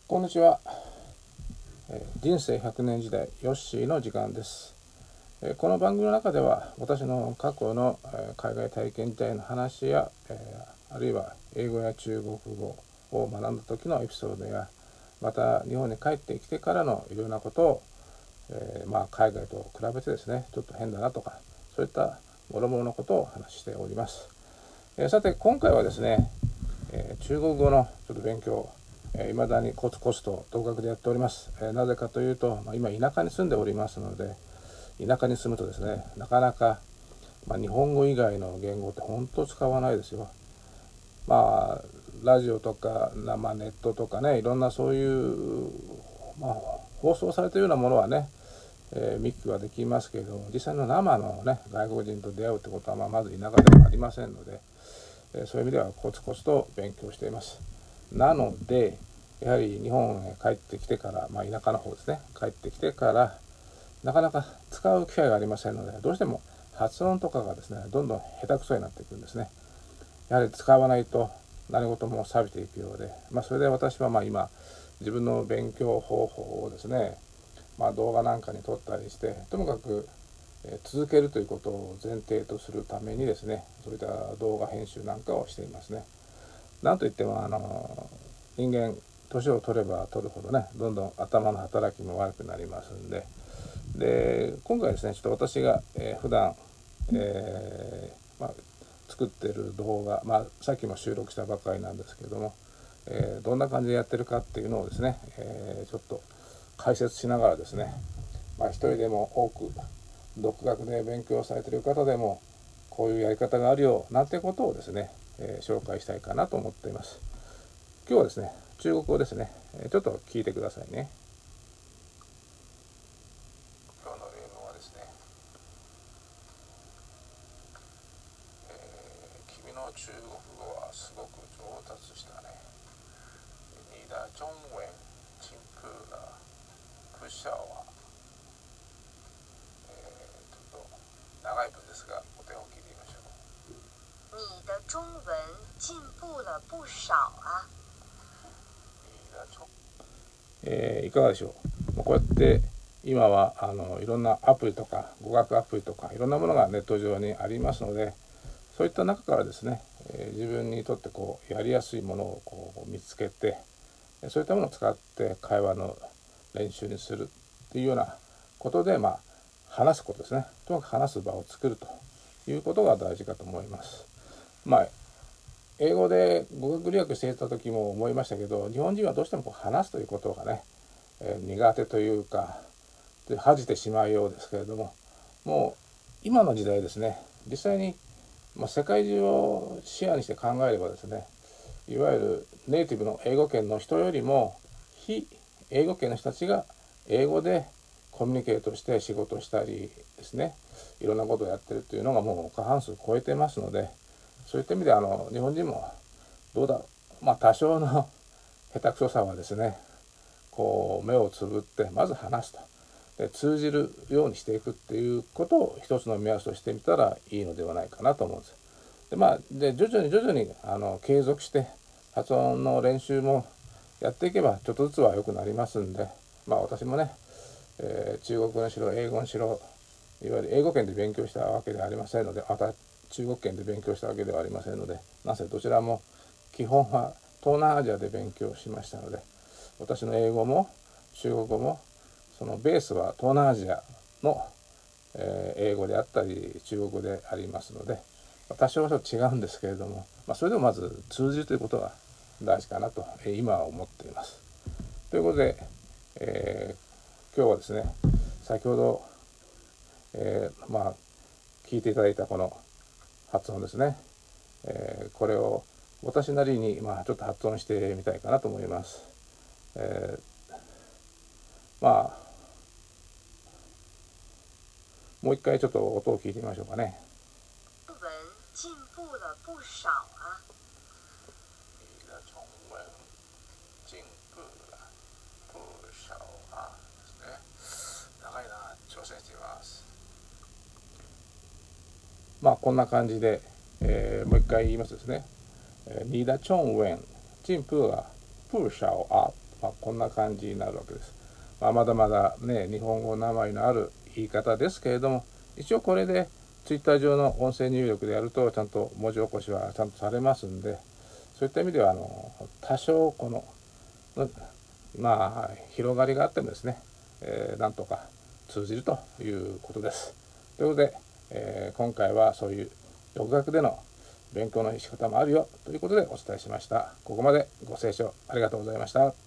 こんにちは。人生100年時代ヨッシーの時間です。この番組の中では私の過去の海外体験時代の話やあるいは英語や中国語を学んだ時のエピソードや、また日本に帰ってきてからのいろいろなことを海外と比べてですね、ちょっと変だなとか、そういった諸々のことを話しております。さて今回はですね、中国語のちょっと勉強未だにコツコツと独学でやっております。なぜかというと、今田舎に住んでおりますので、田舎に住むとですね、なかなか、日本語以外の言語って本当使わないですよ。ラジオとか、ネットとかね、いろんなそういう、放送されているようなものはね、見聞きはできますけれども、実際の生のね、外国人と出会うってことは、まず田舎でもありませんので、そういう意味ではコツコツと勉強しています。なので、やはり日本へ帰ってきてから、田舎の方ですね、帰ってきてからなかなか使う機会がありませんので、どうしても発音とかがですね、どんどん下手くそになっていくんですね。やはり使わないと何事も錆びていくようで、それで私は今自分の勉強方法をですね、動画なんかに撮ったりして、ともかく続けるということを前提とするためにですね、そういった動画編集なんかをしていますね。なんといっても人間年を取れば取るほどね、どんどん頭の働きも悪くなりますんで、今回ですね、ちょっと私が、普段、作ってる動画、さっきも収録したばかりなんですけれども、どんな感じでやってるかっていうのをですね、ちょっと解説しながらですね、一人でも多く独学で勉強されている方でもこういうやり方があるよなんてことをですね、紹介したいかなと思っています。今日はですね、中国語ですね。ちょっと聞いてくださいね。今日の例文はですね、君の中国語はすごく上達したね。你的中文进步了不少啊。ちょっと長い文ですが、お手本を聞いてみましょう。 你的中文进步了不少啊。 いかがでしょう。こうやって今はいろんなアプリとか語学アプリとかいろんなものがネット上にありますので、そういった中からですね、自分にとってやりやすいものを見つけて、そういったものを使って会話の練習にするっていうようなことで、話すことですね。とにかく話す場を作るということが大事かと思います。英語で語学留学していた時も思いましたけど、日本人はどうしても話すということがね、苦手というか恥じてしまうようですけれども、もう今の時代ですね、実際に、世界中を視野にして考えればですね、いわゆるネイティブの英語圏の人よりも非英語圏の人たちが英語でコミュニケートして仕事したりですね、いろんなことをやってるというのがもう過半数超えてますので、そういった意味で日本人もどうだろう、多少の下手くそさはですね、目をつぶってまず話すと、で通じるようにしていくっていうことを一つの目安としてみたらいいのではないかなと思うんです。で徐々に継続して発音の練習もやっていけばちょっとずつは良くなりますんで、私もね、中国語にしろ英語にしろ、いわゆる英語圏で勉強したわけではありませんので、また中国圏で勉強したわけではありませんので、なぜどちらも基本は東南アジアで勉強しましたので、私の英語も中国語もそのベースは東南アジアの、英語であったり中国語でありますので、多少はちょっと違うんですけれども、それでもまず通じるということが大事かなと、今は思っています。ということで、今日はですね、先ほど、聞いていただいたこの発音ですね、これを私なりにちょっと発音してみたいかなと思います。もう一回ちょっと音を聞いてみましょうかね。 中文进步了不少啊。 你的中文進步了不少啊ですね。長いな、挑戦してみます。こんな感じで、もう一回言いますですね。你的中文進步了不少啊。 こんな感じになるわけです。まだまだね日本語なまりのある言い方ですけれども、一応これでツイッター上の音声入力でやるとちゃんと文字起こしはちゃんとされますんで、そういった意味では多少この広がりがあってもですね、なんとか通じるということです。ということで、今回はそういう独学での勉強の仕方もあるよということでお伝えしました。ここまでご清聴ありがとうございました。